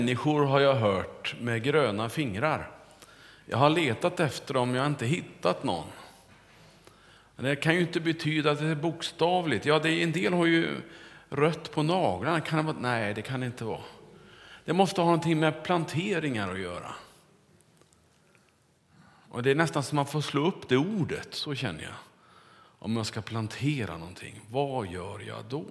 Människor har jag hört med gröna fingrar. Jag har letat efter dem, jag har inte hittat någon. Det kan ju inte betyda att det är bokstavligt. Ja, en del har ju rött på naglarna. Kan det vara? Nej, det kan det inte vara. Det måste ha någonting med planteringar att göra. Och det är nästan som man får slå upp det ordet, så känner jag. Om jag ska plantera någonting, vad gör jag då?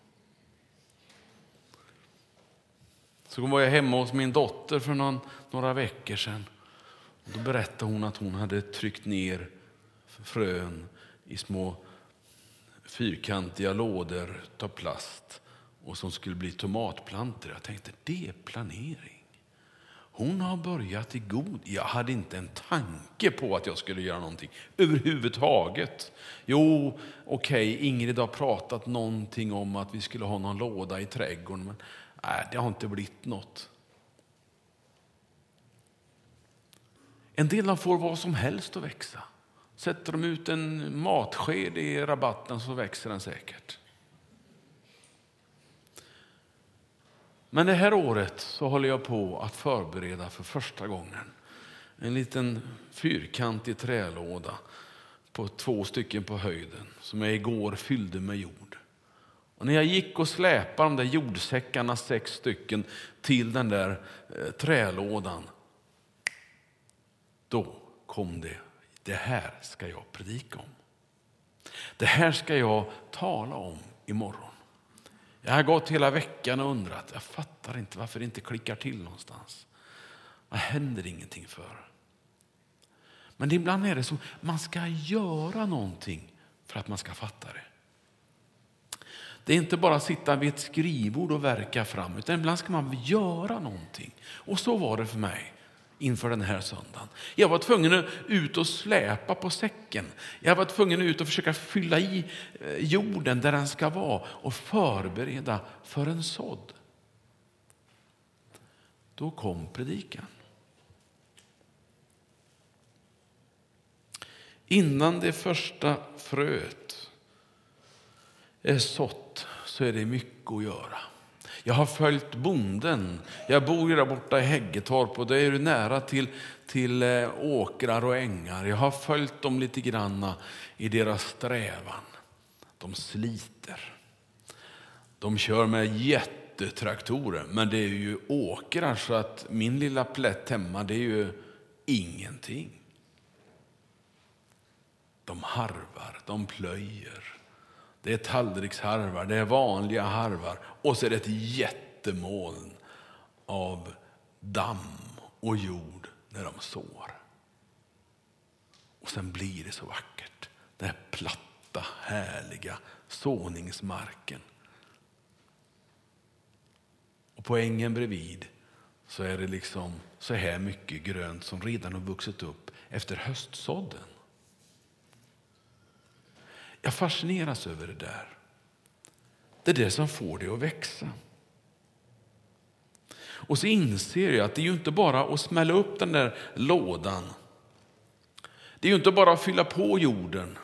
Så var jag hemma hos min dotter för några veckor sedan. Då berättade hon att hon hade tryckt ner frön i små fyrkantiga lådor av plast och som skulle bli tomatplantor. Jag tänkte, det är planering. Hon har börjat i god. Jag hade inte en tanke på att jag skulle göra någonting överhuvudtaget. Jo, okej, Ingrid har pratat någonting om att vi skulle ha någon låda i trädgården, men nej, det har inte blivit något. En del får vad som helst att växa. Sätter de ut en matsked i rabatten så växer den säkert. Men det här året så håller jag på att förbereda för första gången en liten fyrkantig trälåda på 2 stycken på höjden som jag igår fyllde med jord. Och när jag gick och släpade de där jordsäckarna 6 stycken till den där trälådan, då kom det här ska jag predika om. Det här ska jag tala om imorgon. Jag har gått hela veckan och undrat, jag fattar inte varför det inte klickar till någonstans. Vad händer ingenting för? Men ibland är det så, man ska göra någonting för att man ska fatta det. Det är inte bara sitta vid ett skrivbord och verka fram, utan ibland ska man göra någonting. Och så var det för mig inför den här söndagen. Jag var tvungen att ut och släpa på säcken. Jag var tvungen att ut och försöka fylla i jorden där den ska vara och förbereda för en sådd. Då kom predikan. Innan det första fröet är sått så är det mycket att göra. Jag har följt bonden. Jag bor ju där borta i Häggetorp och det är ju nära till åkrar och ängar. Jag har följt dem lite granna i deras strävan. De sliter. De kör med jättetraktorer, men det är ju åkrar så att min lilla plätt hemma, det är ju ingenting. De harvar, de plöjer. Det är tallriksharvar, det är vanliga harvar. Och så är det ett jättemoln av damm och jord när de sår. Och sen blir det så vackert. Den här platta, härliga såningsmarken. Och på ängen bredvid så är det liksom så här mycket grönt som redan har vuxit upp efter höstsådden. Jag fascineras över det där. Det är det som får det att växa. Och så inser jag att det är ju inte bara att smälla upp den där lådan. Det är ju inte bara att fylla på jorden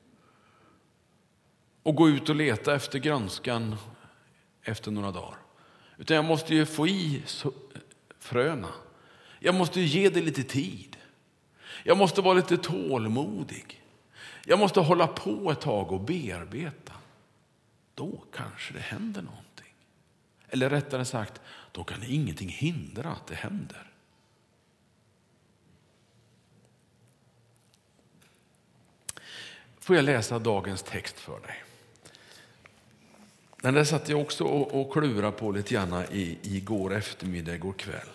och gå ut och leta efter grönskan efter några dagar. Utan jag måste ju få i fröna. Jag måste ju ge det lite tid. Jag måste vara lite tålmodig. Jag måste hålla på ett tag och bearbeta. Då kanske det händer någonting. Eller rättare sagt, då kan ingenting hindra att det händer. Får jag läsa dagens text för dig? Den där satt jag också och klurade på lite grann igår eftermiddag, igår kväll.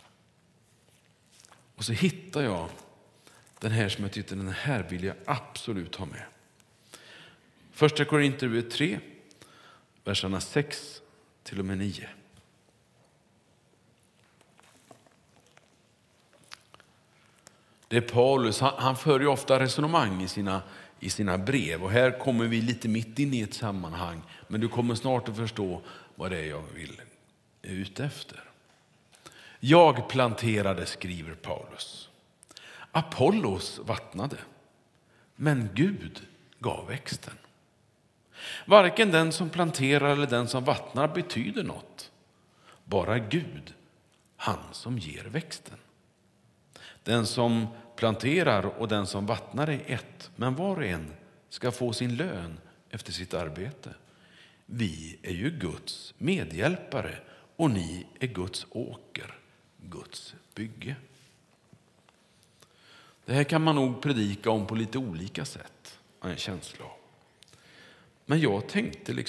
Och så hittade jag den här som jag tyckte, den här vill jag absolut ha med. Första Korinthierbrevet 3, verserna 6 till och med 9. Det är Paulus, han för ju ofta resonemang i sina brev. Och här kommer vi lite mitt in i ett sammanhang. Men du kommer snart att förstå vad det är jag vill ute efter. Jag planterade, skriver Paulus. Apollos vattnade, men Gud gav växten. Varken den som planterar eller den som vattnar betyder något. Bara Gud han som ger växten. Den som planterar och den som vattnar är ett, men var och en ska få sin lön efter sitt arbete. Vi är ju Guds medhjälpare och ni är Guds åker, Guds bygge. Det här kan man nog predika om på lite olika sätt, har jag en känsla av. Men jag tänkte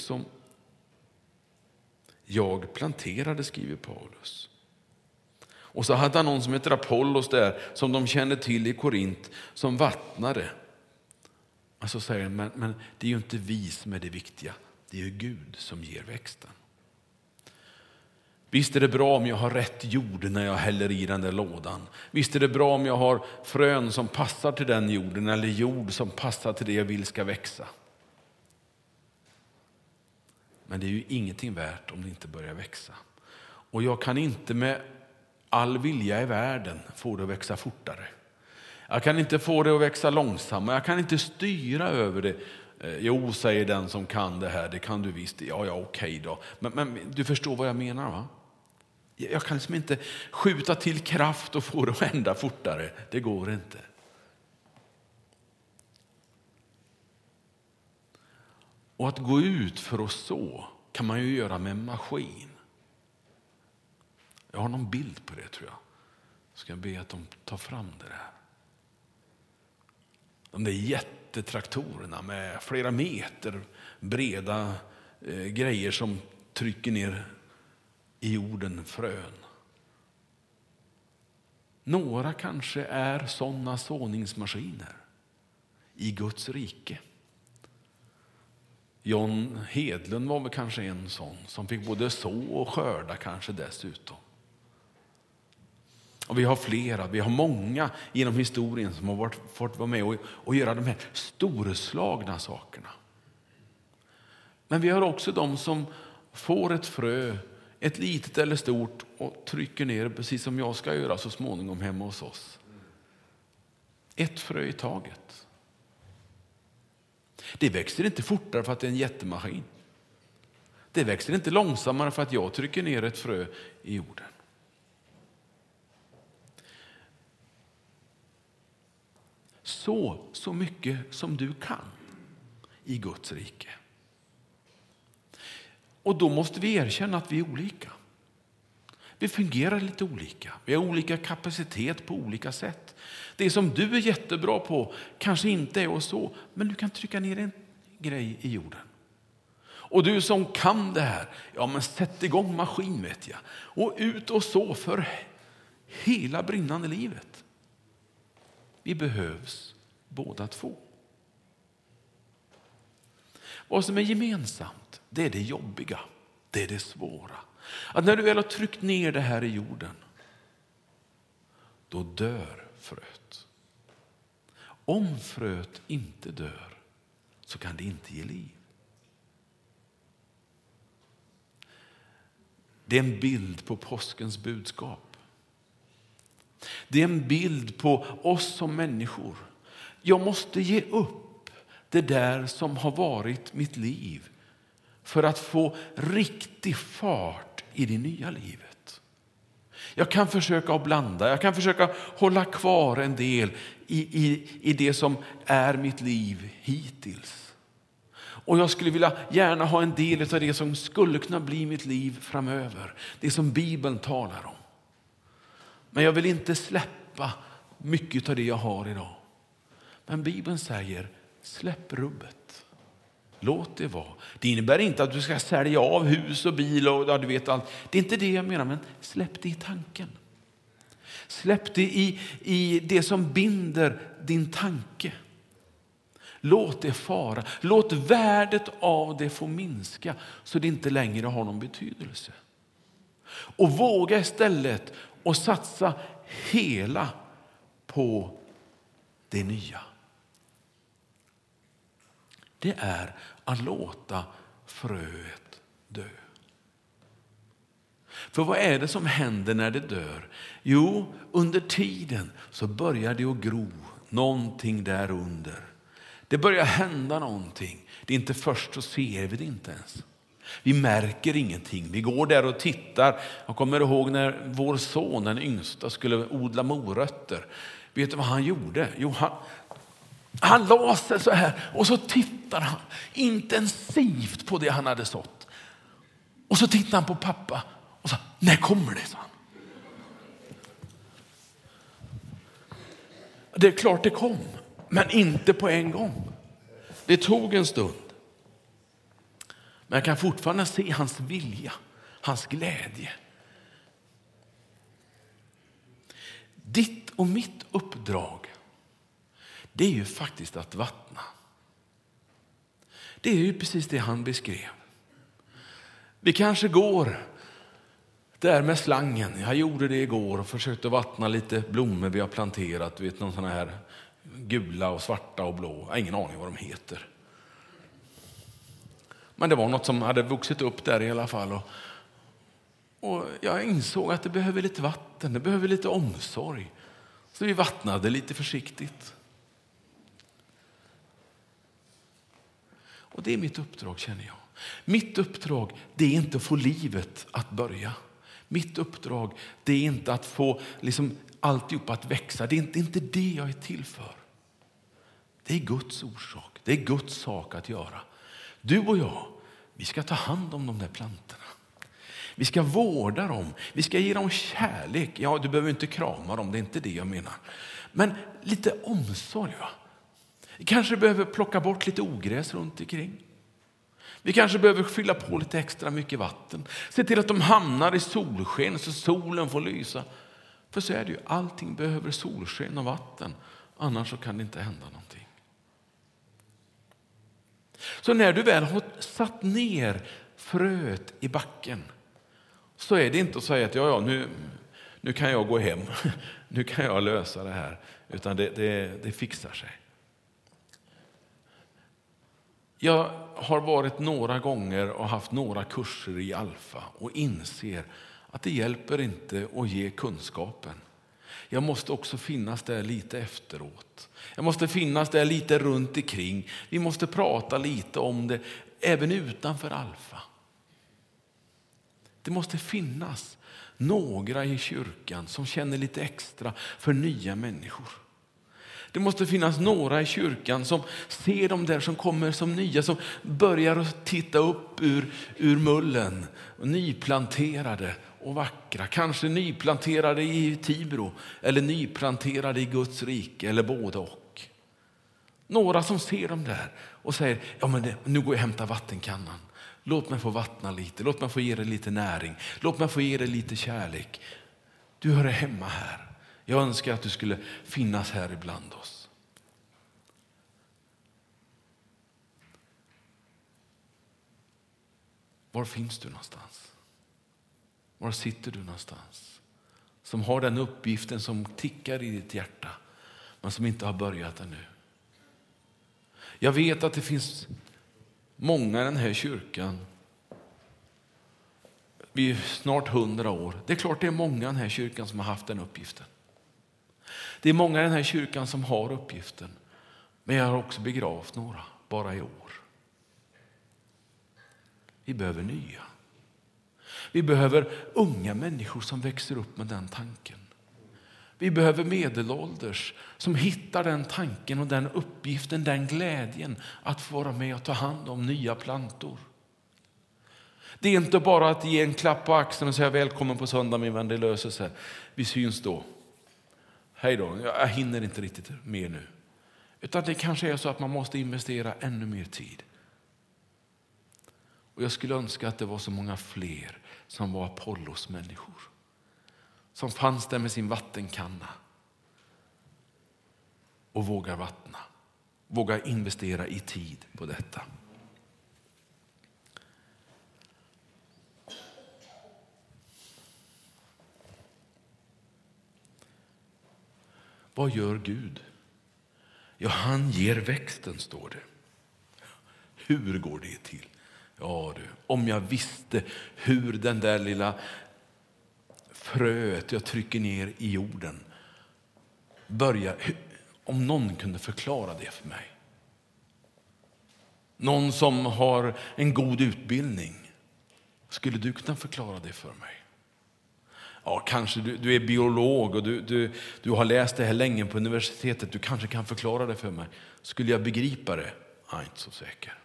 jag planterade, skriver Paulus. Och så hade han någon som heter Apollos där, som de kände till i Korint, som vattnade. Och så säger han, men det är ju inte vi som är det viktiga, det är ju Gud som ger växten. Visst är det bra om jag har rätt jord när jag häller i den där lådan. Visst är det bra om jag har frön som passar till den jorden, eller jord som passar till det jag vill ska växa. Men det är ju ingenting värt om det inte börjar växa. Och jag kan inte med all vilja i världen få det att växa fortare. Jag kan inte få det att växa långsammare. Jag kan inte styra över det. Jo, säger den som kan det här, det kan du visst. Ja, okej då. Men du förstår vad jag menar, va? Jag kan liksom inte skjuta till kraft och få det att hända fortare. Det går inte. Och att gå ut för att så kan man ju göra med en maskin. Jag har någon bild på det, tror jag. Ska jag be att de tar fram det där. De där jättetraktorerna med flera meter breda grejer som trycker ner i jorden frön. Några kanske är sådana såningsmaskiner i Guds rike. John Hedlund var väl kanske en sån som fick både så och skörda kanske dessutom. Och vi har flera, vi har många genom historien som har fått vara med och göra de här storslagna sakerna. Men vi har också de som får ett frö, ett litet eller stort, och trycker ner, precis som jag ska göra så småningom hemma hos oss. Ett frö i taget. Det växer inte fortare för att det är en jättemaskin. Det växer inte långsammare för att jag trycker ner ett frö i jorden. Så mycket som du kan i Guds rike. Och då måste vi erkänna att vi är olika. Vi fungerar lite olika. Vi har olika kapacitet på olika sätt. Det som du är jättebra på kanske inte är och så, men du kan trycka ner en grej i jorden. Och du som kan det här, ja men sätt igång maskin, vet jag. Och ut och så för hela brinnande livet. Vi behövs båda två. Vad som är gemensamt, det är det jobbiga, det är det svåra. Att när du väl har tryckt ner det här i jorden, då dör fröet. Om fröet inte dör så kan det inte ge liv. Det är en bild på påskens budskap. Det är en bild på oss som människor. Jag måste ge upp det där som har varit mitt liv för att få riktig fart i det nya livet. Jag kan försöka att blanda, jag kan försöka hålla kvar en del i det som är mitt liv hittills. Och jag skulle vilja gärna ha en del av det som skulle kunna bli mitt liv framöver. Det som Bibeln talar om. Men jag vill inte släppa mycket av det jag har idag. Men Bibeln säger, släpp rubbet. Låt det vara. Det innebär inte att du ska sälja av hus och bil och ja, du vet allt. Det är inte det jag menar, men släpp det i tanken. Släpp det i det som binder din tanke. Låt det fara. Låt värdet av det få minska så det inte längre har någon betydelse. Och våga istället och satsa hela på det nya. Det är att låta fröet dö. För vad är det som händer när det dör? Jo, under tiden så börjar det att gro någonting där under. Det börjar hända någonting. Det är inte först så ser vi det inte ens. Vi märker ingenting. Vi går där och tittar. Jag kommer ihåg när vår son, den yngsta, skulle odla morötter. Vet du vad han gjorde? Jo, han la sig så här och så tittar han intensivt på det han hade sått. Och så tittar han på pappa och sa, när kommer det? Så han. Det är klart det kom, men inte på en gång. Det tog en stund. Men jag kan fortfarande se hans vilja, hans glädje. Ditt och mitt uppdrag, det är ju faktiskt att vattna. Det är ju precis det han beskrev. Vi kanske går där med slangen. Jag gjorde det igår och försökte vattna lite blommor vi har planterat. Du vet, någon sån här gula och svarta och blå. Jag har ingen aning vad de heter. Men det var något som hade vuxit upp där i alla fall. Och jag insåg att det behöver lite vatten, det behöver lite omsorg. Så vi vattnade lite försiktigt. Och det är mitt uppdrag, känner jag. Mitt uppdrag, det är inte att få livet att börja. Mitt uppdrag, det är inte att få alltihop att växa. Det är inte det jag är till för. Det är Guds orsak. Det är Guds sak att göra. Du och jag, vi ska ta hand om de där plantorna. Vi ska vårda dem. Vi ska ge dem kärlek. Ja, du behöver inte krama dem, det är inte det jag menar. Men lite omsorg, va? Vi kanske behöver plocka bort lite ogräs runt omkring. Vi kanske behöver fylla på lite extra mycket vatten. Se till att de hamnar i solsken så solen får lysa. För så är det ju, allting behöver solsken och vatten. Annars så kan det inte hända någonting. Så när du väl har satt ner fröet i backen, så är det inte att säga att nu kan jag gå hem. Nu kan jag lösa det här. Utan det fixar sig. Jag har varit några gånger och haft några kurser i Alfa och inser att det hjälper inte att ge kunskapen. Jag måste också finnas där lite efteråt. Jag måste finnas där lite runt omkring. Vi måste prata lite om det även utanför Alfa. Det måste finnas några i kyrkan som känner lite extra för nya människor. Det måste finnas några i kyrkan som ser de där som kommer som nya, som börjar att titta upp ur mullen, och nyplanterade och vackra. Kanske nyplanterade i Tibro eller nyplanterade i Guds rike eller både och. Några som ser dem där och säger, nu går jag och hämtar vattenkannan. Låt mig få vattna lite, låt mig få ge dig lite näring, låt mig få ge dig lite kärlek. Du hör hemma här. Jag önskar att du skulle finnas här ibland oss. Var finns du någonstans? Var sitter du någonstans? Som har den uppgiften som tickar i ditt hjärta, men som inte har börjat ännu. Jag vet att det finns många i den här kyrkan. Vi är snart 100 år. Det är klart det är många i den här kyrkan som har haft den uppgiften. Det är många i den här kyrkan som har uppgiften. Men jag har också begravt några, bara i år. Vi behöver nya. Vi behöver unga människor som växer upp med den tanken. Vi behöver medelålders som hittar den tanken och den uppgiften, den glädjen att få vara med och ta hand om nya plantor. Det är inte bara att ge en klapp på axeln och säga välkommen på söndag min vän, det löser sig. Vi syns då. Hej då, jag hinner inte riktigt mer nu. Utan det kanske är så att man måste investera ännu mer tid. Och jag skulle önska att det var så många fler som var Apollos människor. Som fanns där med sin vattenkanna. Och vågar vattna. Vågar investera i tid på detta. Vad gör Gud? Ja, han ger växten, står det. Hur går det till? Ja du, om jag visste hur den där lilla fröet jag trycker ner i jorden börjar, om någon kunde förklara det för mig. Någon som har en god utbildning, Skulle du kunna förklara det för mig? Ja, kanske du är biolog och du har läst det här länge på universitetet. Du kanske kan förklara det för mig. Skulle jag begripa det? Jag är inte så säker.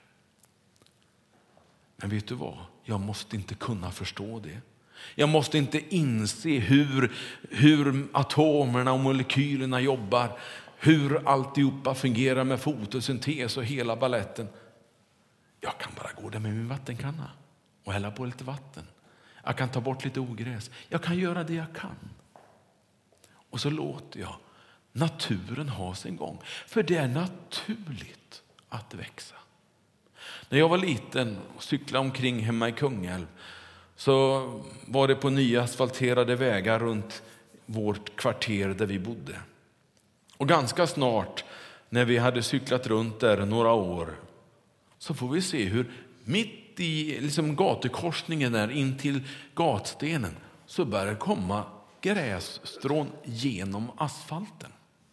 Men vet du vad? Jag måste inte kunna förstå det. Jag måste inte inse hur atomerna och molekylerna jobbar. Hur alltihopa fungerar med fotosyntes och hela balletten. Jag kan bara gå där med min vattenkanna och hälla på lite vatten. Jag kan ta bort lite ogräs. Jag kan göra det jag kan. Och så låter jag naturen ha sin gång. För det är naturligt att växa. När jag var liten och cyklade omkring hemma i Kungälv så var det på nya asfalterade vägar runt vårt kvarter där vi bodde. Och ganska snart när vi hade cyklat runt där några år så får vi se hur mitt i gatukorsningen där in till gatstenen så börjar komma grässtrån genom asfalten.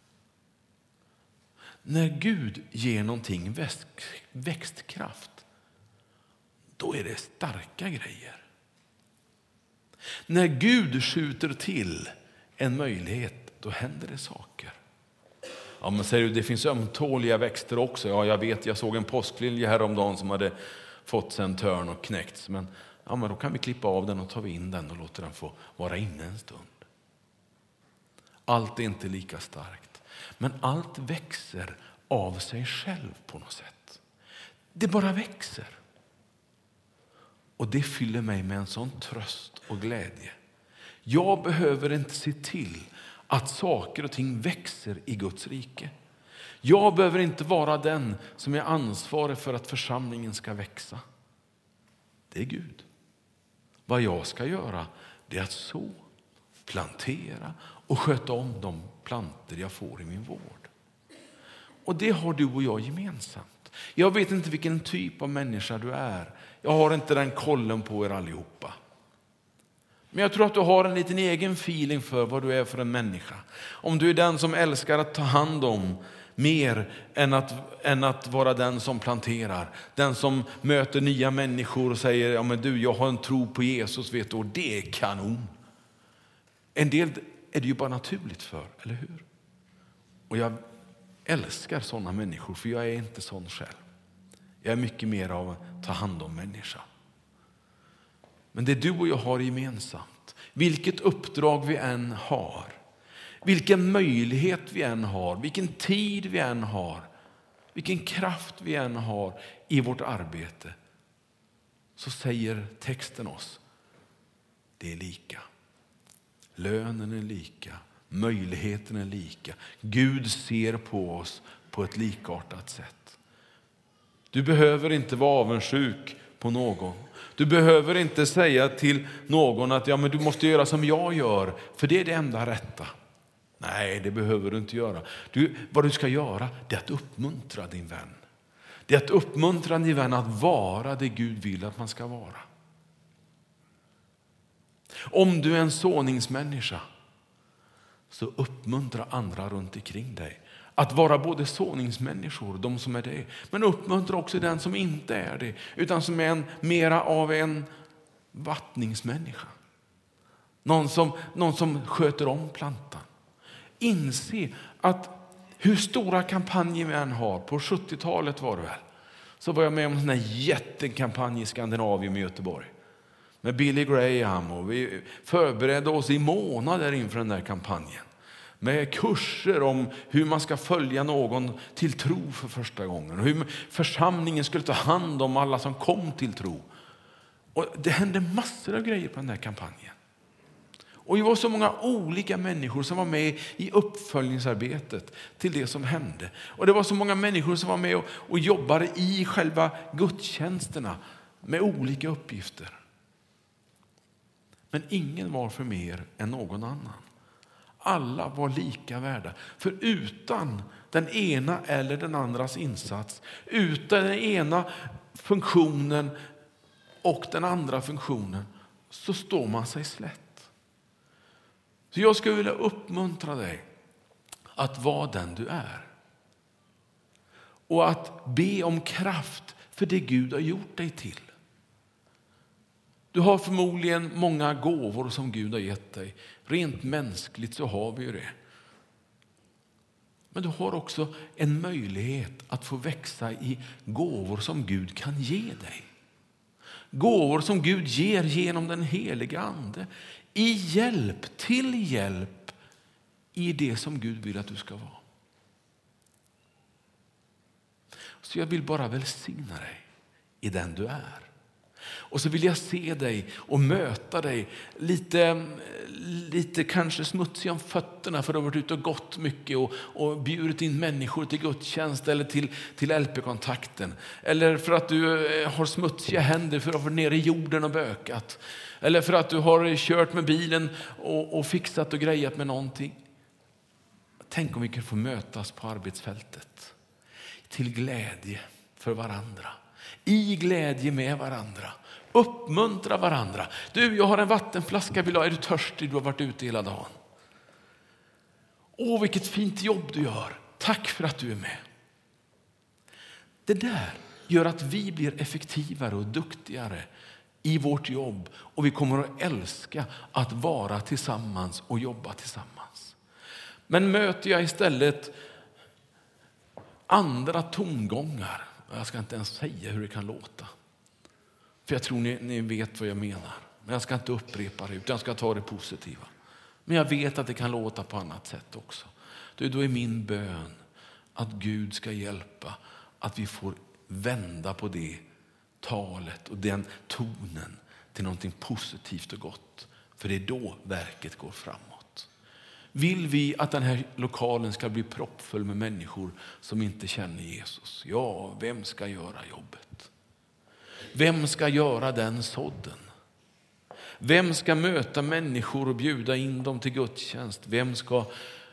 När Gud ger någonting växtkraft, då är det starka grejer. När Gud skjuter till en möjlighet, då händer det saker. Ja, men säger du, det finns ömtåliga växter också. Ja, jag vet, jag såg en påsklilja häromdagen som hade fått sig en törn och knäckts. Men då kan vi klippa av den och ta in den och låta den få vara inne en stund. Allt är inte lika starkt. Men allt växer av sig själv på något sätt. Det bara växer. Och det fyller mig med en sån tröst och glädje. Jag behöver inte se till att saker och ting växer i Guds rike. Jag behöver inte vara den som är ansvarig för att församlingen ska växa. Det är Gud. Vad jag ska göra, det är att så, plantera och sköta om de planter jag får i min vård. Och det har du och jag gemensamt. Jag vet inte vilken typ av människa du är. Jag har inte den kollen på er allihopa. Men jag tror att du har en liten egen feeling för vad du är för en människa. Om du är den som älskar att ta hand om mer än att vara den som planterar. Den som möter nya människor och säger, ja men du, jag har en tro på Jesus, vet du, och det är kanon. En del är det ju bara naturligt för, eller hur? Och jag älskar sådana människor, för jag är inte sån själv. Jag är mycket mer av att ta hand om människa. Men det du och jag har gemensamt, vilket uppdrag vi än har, vilken möjlighet vi än har, vilken tid vi än har, vilken kraft vi än har i vårt arbete, så säger texten oss, det är lika. Lönen är lika, möjligheten är lika. Gud ser på oss på ett likartat sätt. Du behöver inte vara avundsjuk på någon. Du behöver inte säga till någon att ja, men du måste göra som jag gör, för det är det enda rätta. Nej, det behöver du inte göra. Vad du ska göra, det är att uppmuntra din vän. Det är att uppmuntra din vän att vara det Gud vill att man ska vara. Om du är en såningsmänniska, så uppmuntra andra runt omkring dig att vara både såningsmänniskor, de som är det, men uppmuntra också den som inte är det, utan som är mera av en vattningsmänniska. Någon som sköter om plantan. Inse att hur stora kampanjer vi än har, på 70-talet var det väl, så var jag med om en sån här jättekampanj i Skandinavien i Göteborg. Med Billy Graham, och vi förberedde oss i månader inför den där kampanjen. Med kurser om hur man ska följa någon till tro för första gången. Och hur församlingen skulle ta hand om alla som kom till tro. Och det hände massor av grejer på den där kampanjen. Och det var så många olika människor som var med i uppföljningsarbetet till det som hände. Och det var så många människor som var med och jobbade i själva gudstjänsterna med olika uppgifter. Men ingen var för mer än någon annan. Alla var lika värda. För utan den ena eller den andras insats, utan den ena funktionen och den andra funktionen, så står man sig slätt. Så jag skulle vilja uppmuntra dig att vara den du är. Och att be om kraft för det Gud har gjort dig till. Du har förmodligen många gåvor som Gud har gett dig. Rent mänskligt så har vi ju det. Men du har också en möjlighet att få växa i gåvor som Gud kan ge dig. Gåvor som Gud ger genom den heliga ande. Till hjälp i det som Gud vill att du ska vara. Så jag vill bara välsigna dig i den du är. Och så vill jag se dig och möta dig lite kanske smutsig om fötterna för att du har varit ute och gått mycket och bjudit in människor till gudstjänst eller till LP-kontakten. Eller för att du har smutsiga händer för att vara nere i jorden och bökat. Eller för att du har kört med bilen och fixat och grejat med någonting. Tänk om vi kan få mötas på arbetsfältet. Till glädje för varandra. I glädje med varandra. Uppmuntra varandra. Du, jag har en vattenflaska. Är du törstig? Du har varit ute hela dagen. Åh, vilket fint jobb du gör. Tack för att du är med. Det där gör att vi blir effektivare och duktigare i vårt jobb. Och vi kommer att älska att vara tillsammans och jobba tillsammans. Men möter jag istället andra tongångar. Jag ska inte ens säga hur det kan låta. För jag tror ni vet vad jag menar. Men jag ska inte upprepa det utan jag ska ta det positiva. Men jag vet att det kan låta på annat sätt också. Då är min bön att Gud ska hjälpa. Att vi får vända på det talet och den tonen till någonting positivt och gott. För det är då verket går framåt. Vill vi att den här lokalen ska bli proppfull med människor som inte känner Jesus? Ja, vem ska göra jobbet? Vem ska göra den sådden? Vem ska möta människor och bjuda in dem till gudstjänst? Vem ska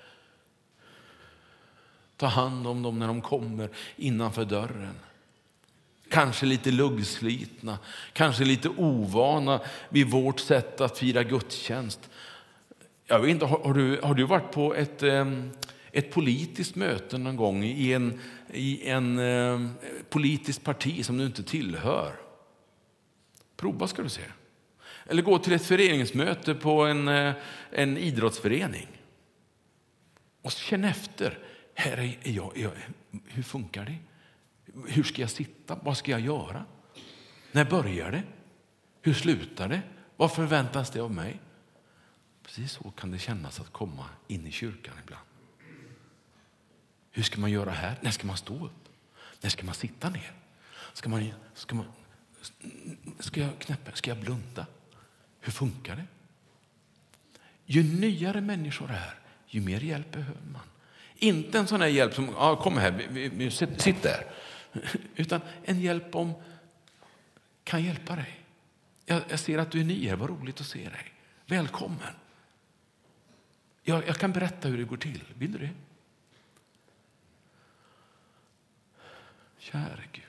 ta hand om dem när de kommer innanför dörren? Kanske lite luggslitna, kanske lite ovana vid vårt sätt att fira gudstjänst. Jag vet inte, har du varit på ett politiskt möte någon gång i en politiskt parti som du inte tillhör? Prova ska du se. Eller gå till ett föreningsmöte på en idrottsförening. Och känn efter. Här är jag. Hur funkar det? Hur ska jag sitta? Vad ska jag göra? När börjar det? Hur slutar det? Vad förväntas det av mig? Precis så kan det kännas att komma in i kyrkan ibland. Hur ska man göra här? När ska man stå upp? När ska man sitta ner? Ska jag knäppa? Ska jag blunda? Hur funkar det? Ju nyare människor är, ju mer hjälp behöver man. Inte en sån här hjälp som, kom här, sitt där. Utan en hjälp om kan hjälpa dig. Jag ser att du är ny här, vad roligt att se dig. Välkommen. Jag kan berätta hur det går till. Vill du det? Kära Gud.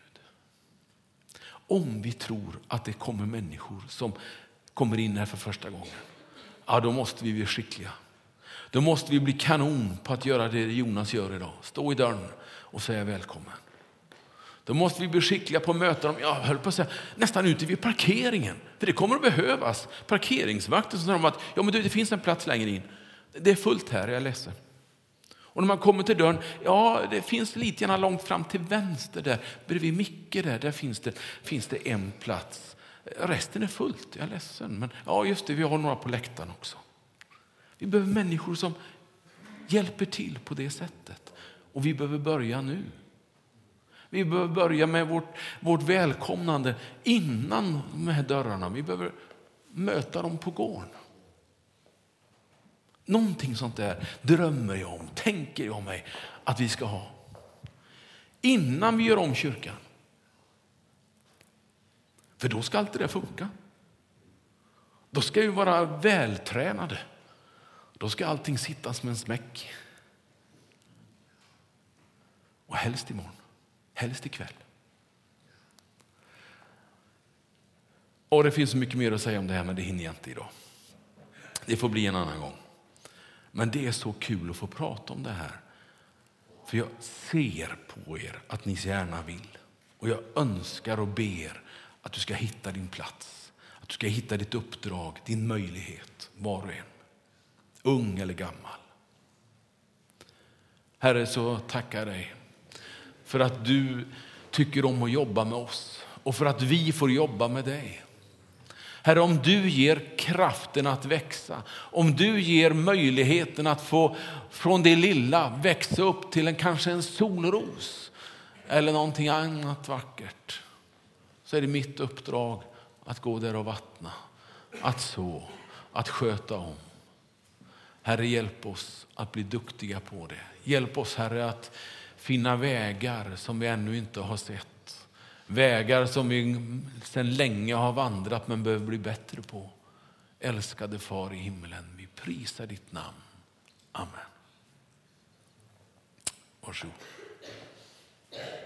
Om vi tror att det kommer människor som kommer in här för första gången. Ja, då måste vi bli skickliga. Då måste vi bli kanon på att göra det Jonas gör idag. Stå i dörren och säga välkommen. Då måste vi bli skickliga på att möta dem. Jag höll på att säga nästan ute vid parkeringen. För det kommer att behövas. Parkeringsvakter som säger att ja, men det finns en plats längre in. Det är fullt här, jag är ledsen. Och när man kommer till dörren, ja, det finns lite grann långt fram till vänster där. Bredvid Micke där finns det en plats. Resten är fullt, jag är ledsen. Men ja, just det, vi har några på läktaren också. Vi behöver människor som hjälper till på det sättet. Och vi behöver börja nu. Vi behöver börja med vårt välkomnande innan de här dörrarna. Vi behöver möta dem på gården. Någonting sånt där drömmer jag om, tänker jag mig att vi ska ha. Innan vi gör om kyrkan. För då ska allt det där funka. Då ska vi vara vältränade. Då ska allting sitta som en smäck. Och helst imorgon. Helst ikväll. Och det finns så mycket mer att säga om det här, men det hinner jag inte idag. Det får bli en annan gång. Men det är så kul att få prata om det här. För jag ser på er att ni så gärna vill. Och jag önskar och ber att du ska hitta din plats. Att Du ska hitta ditt uppdrag, din möjlighet, var och en. Ung eller gammal. Herre, så tackar dig för att du tycker om att jobba med oss och för att vi får jobba med dig. Herre, om du ger kraften att växa, om du ger möjligheten att få från det lilla växa upp till kanske en solros eller någonting annat vackert, så är det mitt uppdrag att gå där och vattna, att så, att sköta om. Herre, hjälp oss att bli duktiga på det. Hjälp oss, Herre, att finna vägar som vi ännu inte har sett. Vägar som vi sedan länge har vandrat men behöver bli bättre på. Älskade far i himlen, vi prisar ditt namn. Amen. Varsågod.